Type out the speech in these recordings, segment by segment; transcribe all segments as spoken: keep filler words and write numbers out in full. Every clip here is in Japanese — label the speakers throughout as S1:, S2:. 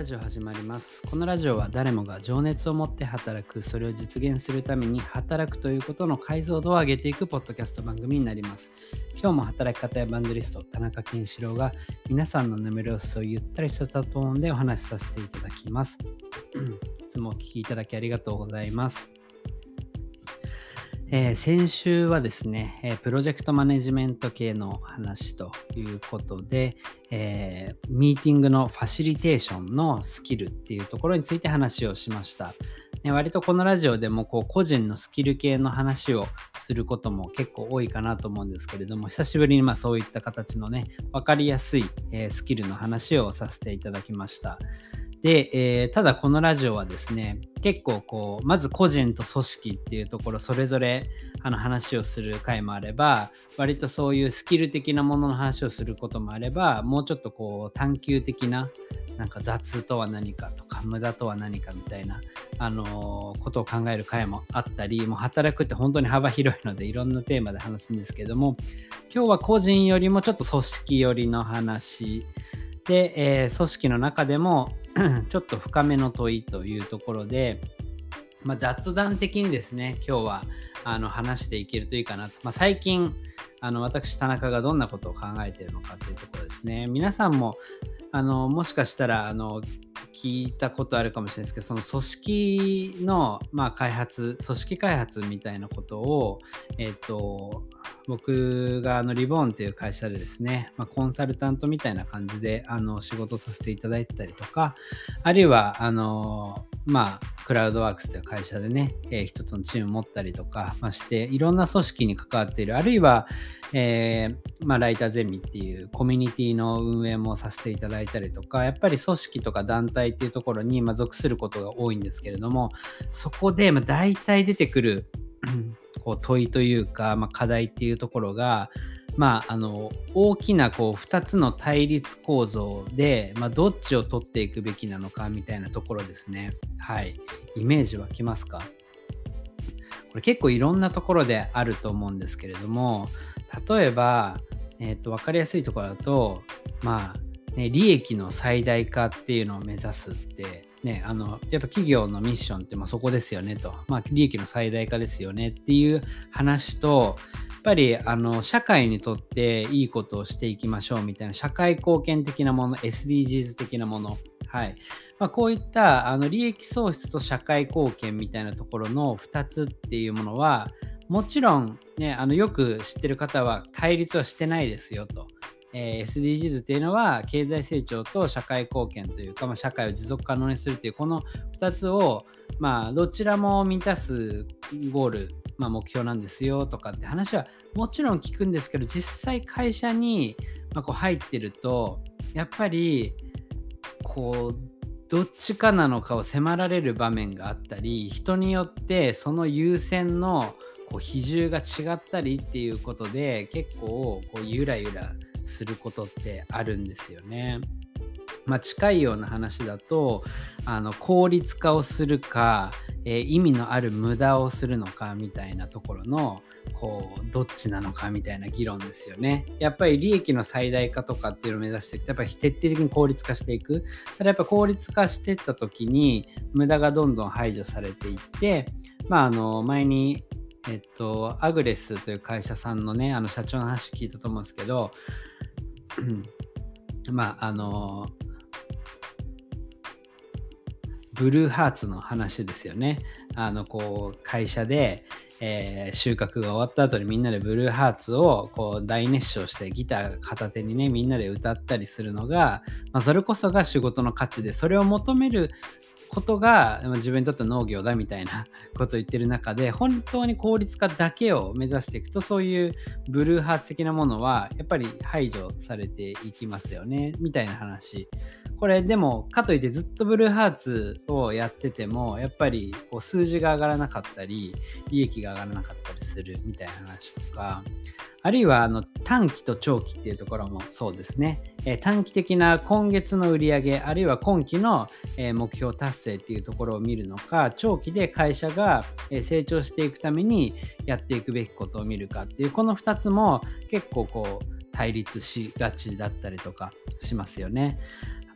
S1: ラジオ始まります。このラジオは誰もが情熱を持って働く、それを実現するために働くということの解像度を上げていくポッドキャスト番組になります。今日も働き方やバンドリスト田中健志郎が皆さんの眠る様子をゆったりしたトーンでお話しさせていただきます。いつもお聞きいただきありがとうございます。えー、先週はですね、えー、プロジェクトマネジメント系の話ということで、えー、ミーティングのファシリテーションのスキルっていうところについて話をしました。ね、割とこのラジオでもこう個人のスキル系の話をすることも結構多いかなと思うんですけれども、久しぶりにまあそういった形のね、分かりやすい、えー、スキルの話をさせていただきました。で、えー、ただこのラジオはですね、結構こうまず個人と組織っていうところそれぞれあの話をする回もあれば、割とそういうスキル的なものの話をすることもあれば、もうちょっとこう探究的ななんか雑とは何かとか無駄とは何かみたいな、あのー、ことを考える回もあったり、もう働くって本当に幅広いのでいろんなテーマで話すんですけども、今日は個人よりもちょっと組織寄りの話で、えー、組織の中でもちょっと深めの問いというところで、まあ、雑談的にですね、今日はあの話していけるといいかなと。まあ、最近あの私田中がどんなことを考えているのかというところですね。皆さんもあのもしかしたらあの聞いたことあるかもしれないですけど、その組織の、まあ、開発、組織開発みたいなことを、えっと、僕があのリボーンという会社でですね、まあ、コンサルタントみたいな感じであの仕事させていただいてたりとか、あるいはあのまあクラウドワークスという会社でね、えー、一つのチーム持ったりとか、まあ、していろんな組織に関わっている、あるいは、えーまあ、ライターゼミっていうコミュニティの運営もさせていただいたりとか、やっぱり組織とか団体っていうところに、まあ、属することが多いんですけれども、そこで、まあ、大体出てくるこう問いというか、まあ、課題っていうところが、まあ、あの大きなこうふたつの対立構造で、まあ、どっちを取っていくべきなのかみたいなところですね。はい。イメージ湧きますか？これ結構いろんなところであると思うんですけれども、例えば、えーと、分かりやすいところだと、まあね、利益の最大化っていうのを目指すってね、あのやっぱ企業のミッションってまあそこですよねと、まあ、利益の最大化ですよねっていう話と、やっぱりあの社会にとっていいことをしていきましょうみたいな社会貢献的なもの、 エスディージーズ 的なもの、はい、まあ、こういったあの利益創出と社会貢献みたいなところのふたつっていうものは、もちろんね、あのよく知ってる方は対立はしてないですよと。えー、エスディージーズ っていうのは経済成長と社会貢献というか、まあ、社会を持続可能にするというこのふたつを、まあ、どちらも満たすゴール、まあ、目標なんですよとかって話はもちろん聞くんですけど、実際会社に、まあ、こう入ってるとやっぱりこうどっちかなのかを迫られる場面があったり、人によってその優先のこう比重が違ったりっていうことで結構こうゆらゆらすることってあるんですよね。まあ、近いような話だと、あの効率化をするか、えー、意味のある無駄をするのかみたいなところのこうどっちなのかみたいな議論ですよね。やっぱり利益の最大化とかっていうのを目指していくと、やっぱり徹底的に効率化していく。ただやっぱ効率化していった時に無駄がどんどん排除されていって、まああの前にえっとアグレスという会社さんのね、あの社長の話聞いたと思うんですけど、まああのブルーハーツの話ですよね。あのこう会社で、えー、収穫が終わった後にみんなでブルーハーツをこう大熱唱してギター片手にねみんなで歌ったりするのが、まあ、それこそが仕事の価値で、それを求めることが自分にとって農業だみたいなことを言ってる中で、本当に効率化だけを目指していくと、そういうブルーハーツ的なものはやっぱり排除されていきますよねみたいな話。これでもかといってずっとブルーハーツをやっててもやっぱりこう数字が上がらなかったり利益が上がらなかったりするみたいな話とか、あるいはあの短期と長期っていうところもそうですね。えー、短期的な今月の売上、あるいは今期の、えー、目標達成っていうところを見るのか、長期で会社が、えー、成長していくためにやっていくべきことを見るかっていう、このふたつも結構こう対立しがちだったりとかしますよね。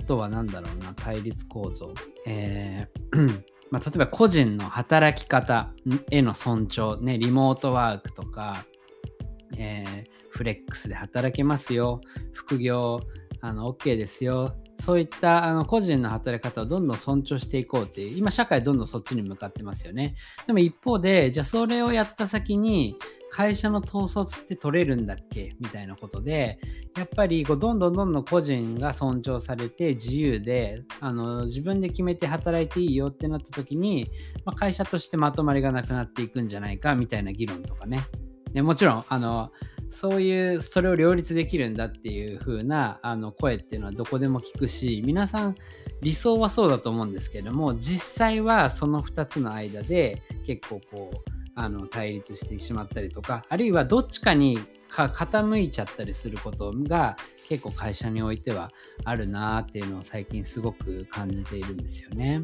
S1: とは何だろうな、対立構造。えーまあ、例えば個人の働き方への尊重、ね、リモートワークとか、えーフレックスで働けますよ、副業あの OK ですよ、そういったあの個人の働き方をどんどん尊重していこうっていう、今社会どんどんそっちに向かってますよね。でも一方で、じゃあそれをやった先に会社の統率って取れるんだっけみたいなことで、やっぱりこうどんどんどんどん個人が尊重されて自由であの自分で決めて働いていいよってなった時に、まあ、会社としてまとまりがなくなっていくんじゃないかみたいな議論とかね。でもちろんあのそういうそれを両立できるんだっていう風なあの声っていうのはどこでも聞くし、皆さん理想はそうだと思うんですけれども、実際はそのふたつの間で結構こうあの対立してしまったりとか、あるいはどっちかにか傾いちゃったりすることが結構会社においてはあるなっていうのを最近すごく感じているんですよね。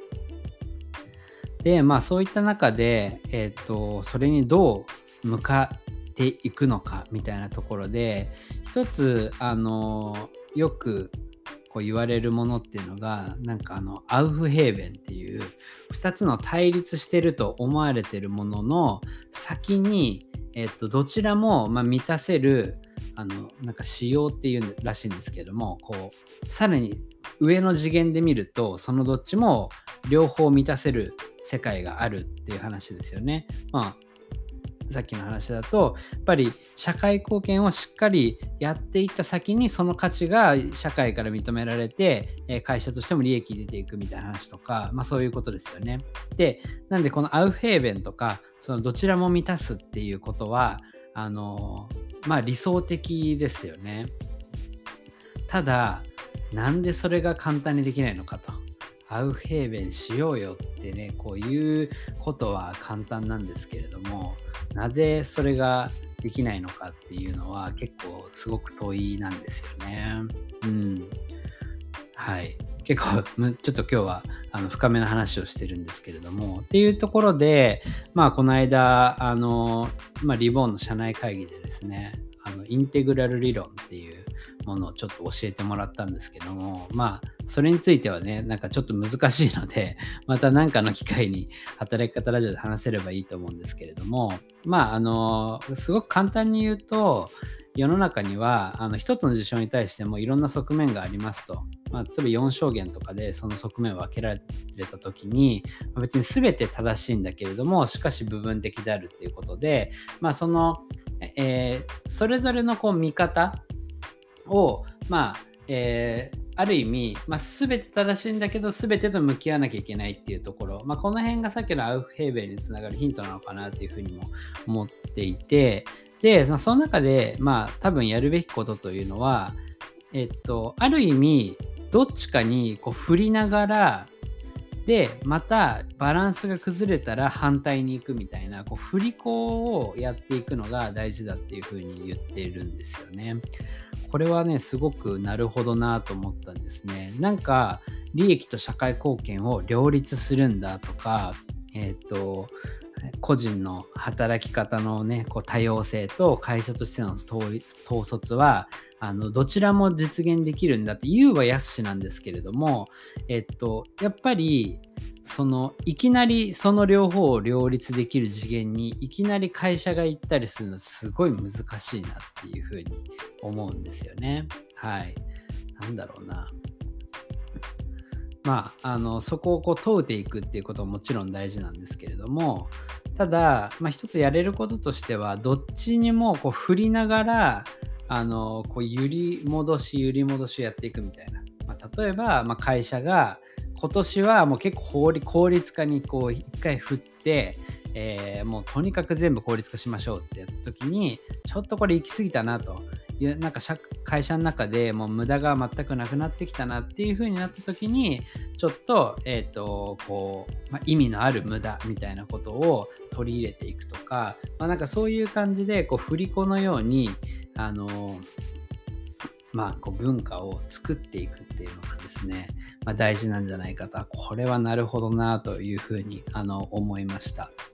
S1: で、まあそういった中で、えっと、それにどう向かっていくのかみたいなところで、一つ、あの、よくこう言われるものっていうのが、なんかあの、アウフヘーベンっていう、二つの対立してると思われてるものの先に、えっと、どちらも、まあ、満たせる、あの、なんか仕様っていうらしいんですけども、こう、さらに上の次元で見ると、そのどっちも両方満たせる世界があるっていう話ですよね。まあさっきの話だと、やっぱり社会貢献をしっかりやっていった先にその価値が社会から認められて、えー会社としても利益出ていくみたいな話とか、まあそういうことですよね。で、なんでこのアウフヘーベンとか、そのどちらも満たすっていうことは、あのーまあ理想的ですよね。ただ、なんでそれが簡単にできないのかと。アウフヘーベンしようよってね、こういうことは簡単なんですけれども、なぜそれができないのかっていうのは結構すごく問いなんですよね。うん。はい。結構、むちょっと今日はあの深めの話をしてるんですけれども、っていうところで、まあ、この間、あの、まあ、リボーンの社内会議でですね、あの、インテグラル理論っていうものをちょっと教えてもらったんですけども、まあ、それについてはね、なんかちょっと難しいので、また何かの機会に働き方ラジオで話せればいいと思うんですけれども、まあ、あの、すごく簡単に言うと、世の中にはあの一つの事象に対してもいろんな側面がありますと。まあ、例えばよん証言とかでその側面を分けられたときに、まあ別に全て正しいんだけれども、しかし部分的であるっていうことで、まあ、その、えーそれぞれのこう見方を、まあえーある意味、まあ、全て正しいんだけど全てと向き合わなきゃいけないっていうところ、まあ、この辺がさっきのアウフヘーベンにつながるヒントなのかなっていうふうにも思っていて、でそのその中で、まあ、多分やるべきことというのは、えっと、ある意味どっちかにこう振りながら、でまたバランスが崩れたら反対に行くみたいなこう振り子をやっていくのが大事だっていうふうに言っているんですよね。これはねすごくなるほどなと思ったんですね。なんか利益と社会貢献を両立するんだとか、えっと個人の働き方のねこう多様性と会社としての統一統率はあのどちらも実現できるんだって言うはやすしなんですけれども、えっとやっぱりそのいきなりその両方を両立できる次元にいきなり会社が行ったりするのすごい難しいなっていうふうに思うんですよね。はい。なんだろうな。まあ、あのそこをこう問うていくっていうことももちろん大事なんですけれども、ただ、まあ、一つやれることとしてはどっちにもこう振りながらあのこう揺り戻し揺り戻しをやっていくみたいな、まあ、例えば、まあ、会社が今年はもう結構効率効率化にこう一回振って、えーもうとにかく全部効率化しましょうってやった時にちょっとこれ行き過ぎたなという、なんか社会社の中でもう無駄が全くなくなってきたなっていう風になった時にちょっと、えっとこう、まあ、意味のある無駄みたいなことを取り入れていくとか、まあ、なんかそういう感じでこう振り子のようにあのまあ、こう文化を作っていくっていうのがですね、まあ、大事なんじゃないかと、これはなるほどなというふうにあの思いました。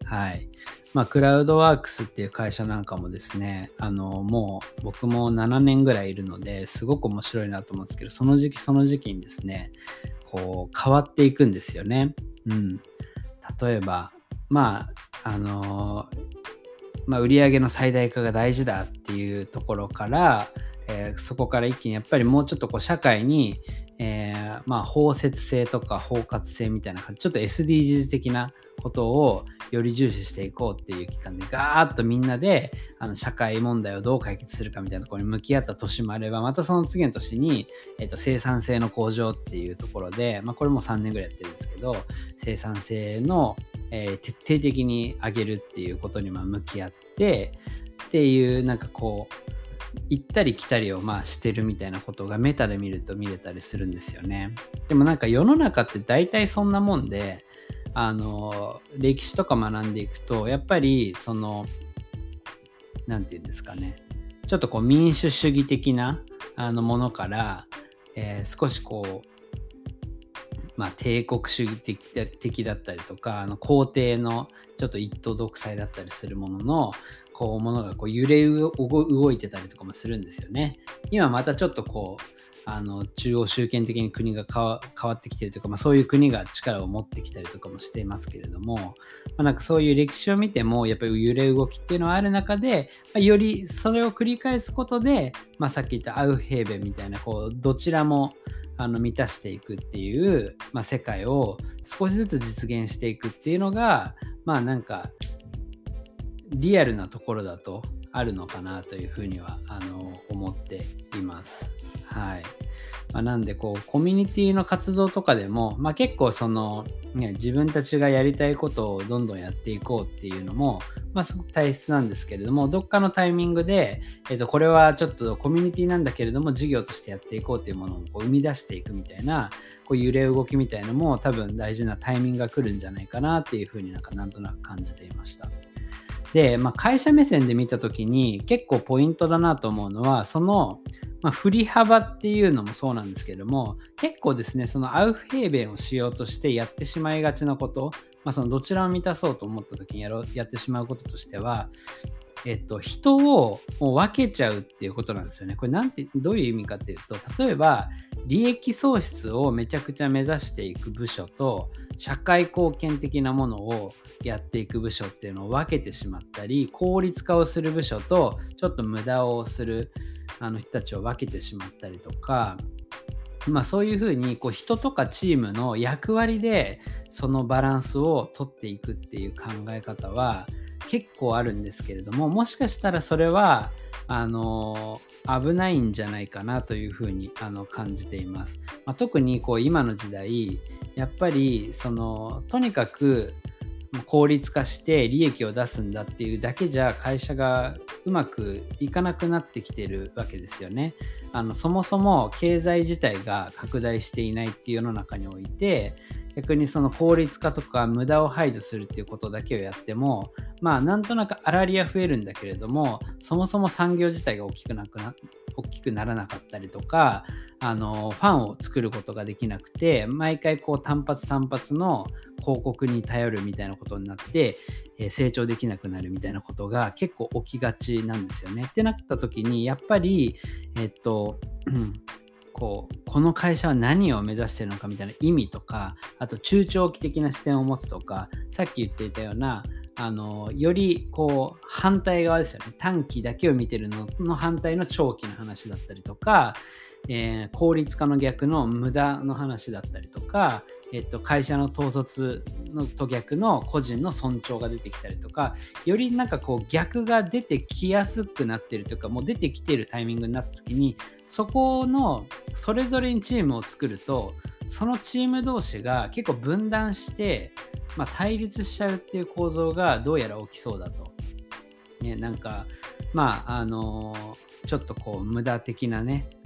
S1: はい。まあ、クラウドワークスっていう会社なんかもですね、あの、もう僕もななねんぐらいいるので、すごく面白いなと思うんですけど、その時期その時期にですね、こう変わっていくんですよね。うん。例えば、まあ、あの、まあ、売上の最大化が大事だっていうところから、えーそこから一気にやっぱりもうちょっとこう社会に、えーまあ、包摂性とか包括性みたいな感じ、ちょっと エスディージーズ 的なことをより重視していこうっていう期間でガーッとみんなであの社会問題をどう解決するかみたいなところに向き合った年もあれば、またその次の年に、えーと生産性の向上っていうところで、まあ、これもさんねんぐらいやってるんですけど、生産性のえー徹底的に上げるっていうことにまあ向き合ってっていうなんかこう行ったり来たりをまあしてるみたいなことがメタで見ると見れたりするんですよね。でもなんか世の中って大体そんなもんで、あの歴史とか学んでいくとやっぱりそのなんていうんですかね、ちょっとこう民主主義的なあのものから、えー少しこうまあ、帝国主義的だ的だったりとか、あの皇帝のちょっと一党独裁だったりするものの、こう、ものがこう揺れ動動いてたりとかもするんですよね。今またちょっとこう、あの中央集権的に国が変わ変わってきてるというか、まあ、そういう国が力を持ってきたりとかもしていますけれども、まあ、なんかそういう歴史を見てもやっぱり揺れ動きっていうのはある中で、まあ、よりそれを繰り返すことで、まあ、さっき言ったアウフヘーベンみたいなこうどちらもあの満たしていくっていう、まあ、世界を少しずつ実現していくっていうのが、まあなんかリアルなところだとあるのかなというふうにはあの思っています。はい。まあ、なんでこうコミュニティの活動とかでも、まあ、結構その、ね、自分たちがやりたいことをどんどんやっていこうっていうのも、まあ、すごく大切なんですけれども、どっかのタイミングで、えっと、これはちょっとコミュニティなんだけれども事業としてやっていこうっていうものをこう生み出していくみたいなこう揺れ動きみたいなのも多分大事なタイミングが来るんじゃないかなっていうふうになんかなんとなく感じていました。で、まあ、会社目線で見たときに結構ポイントだなと思うのは、その、まあ、振り幅っていうのもそうなんですけども、結構ですね、そのアウフヘーベンをしようとしてやってしまいがちなこと、まあ、そのどちらを満たそうと思ったときにやろうやってしまうこととしては、えっと、人をもう分けちゃうっていうことなんですよね。これなんて、どういう意味かっていうと、例えば、利益創出をめちゃくちゃ目指していく部署と、社会貢献的なものをやっていく部署っていうのを分けてしまったり、効率化をする部署と、ちょっと無駄をするあの人たちを分けてしまったりとか、まあそういうふうにこう人とかチームの役割でそのバランスを取っていくっていう考え方は結構あるんですけれども、もしかしたらそれはあの危ないんじゃないかなというふうにあの感じています。まあ、特にこう今の時代やっぱりそのとにかく効率化して利益を出すんだっていうだけじゃ会社がうまくいかなくなってきてるわけですよね。あのそもそも経済自体が拡大していないっていう世の中において、逆にその効率化とか無駄を排除するっていうことだけをやっても、まあなんとなく粗利は増えるんだけれども、そもそも産業自体が大きくなくな大きくならなかったりとか、あのファンを作ることができなくて、毎回こう単発単発の広告に頼るみたいなことになって、えー成長できなくなるみたいなことが結構起きがちなんですよね。ってなった時にやっぱりえっと、うんこうこの会社は何を目指しているのかみたいな意味とか、あと中長期的な視点を持つとか、さっき言っていたようなあのよりこう反対側ですよね。短期だけを見てるのの反対の長期の話だったりとか、えー効率化の逆の無駄の話だったりとか、えっと、会社の統率のと逆の個人の尊重が出てきたりとか、よりなんかこう逆が出てきやすくなっているというか、もう出てきているタイミングになった時に、そこのそれぞれにチームを作ると、そのチーム同士が結構分断して、まあ、対立しちゃうっていう構造がどうやら起きそうだと。ね、なんかまああのちょっとこう無駄的なね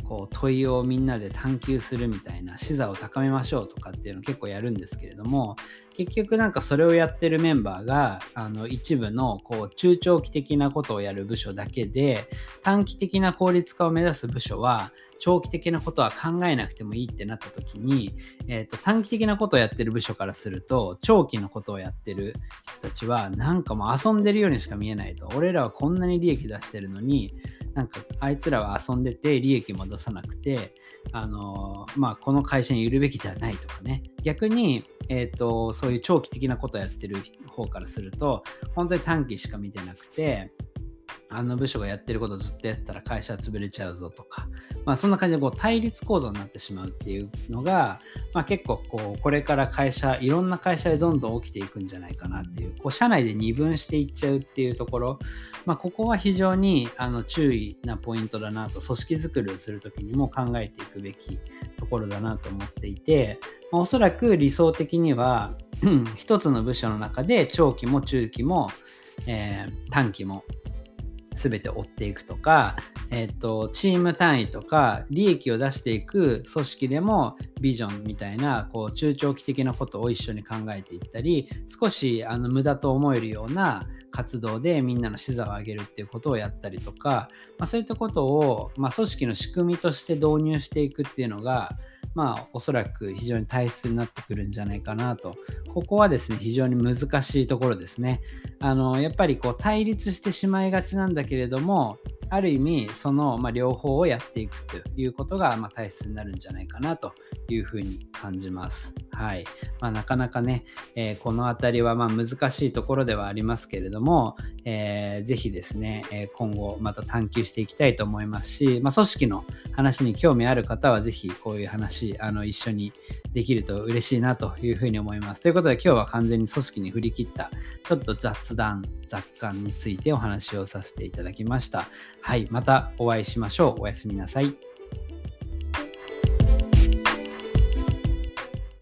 S1: こう問いをみんなで探求するみたいな、視座を高めましょうとかっていうのを結構やるんですけれども、結局なんかそれをやってるメンバーがあの一部のこう中長期的なことをやる部署だけで、短期的な効率化を目指す部署は長期的なことは考えなくてもいいってなった時に、えーと、短期的なことをやってる部署からすると、長期のことをやってる人たちはなんかもう遊んでるようにしか見えないと。俺らはこんなに利益出してるのに、なんかあいつらは遊んでて利益も出さなくて、あのーまあこの会社にいるべきではないとかね。逆にえーとそういう長期的なことをやってる方からすると、本当に短期しか見てなくて、あの部署がやってることをずっとやってたら会社は潰れちゃうぞとか、まあ、そんな感じでこう対立構造になってしまうっていうのが、まあ、結構こうこれから会社いろんな会社でどんどん起きていくんじゃないかなっていう、こう社内で二分していっちゃうっていうところ、まあ、ここは非常にあの注意なポイントだなと、組織づくりをするときにも考えていくべきところだなと思っていて、まあ、おそらく理想的には一つの部署の中で長期も中期も、えー短期も全て追っていくとか、えっと、チーム単位とか利益を出していく組織でもビジョンみたいなこう中長期的なことを一緒に考えていったり、少しあの無駄と思えるような活動でみんなの視座を上げるっていうことをやったりとか、まあ、そういったことを、まあ、組織の仕組みとして導入していくっていうのが、まあ、おそらく非常に大切になってくるんじゃないかなと。ここはですね、非常に難しいところですね。あのやっぱりこう対立してしまいがちなんだけれども、ある意味その、まあ、両方をやっていくということが、まあ、大切になるんじゃないかなというふうに感じます。はい。まあ、なかなかね、えーこのあたりはまあ難しいところではありますけれども、えーぜひですね、えー今後また探求していきたいと思いますし、まあ、組織の話に興味ある方はぜひこういう話あの一緒にできると嬉しいなというふうに思います。ということで今日は完全に組織に振り切ったちょっと雑談雑感についてお話をさせていただきました。はい、またお会いしましょう。おやすみなさい。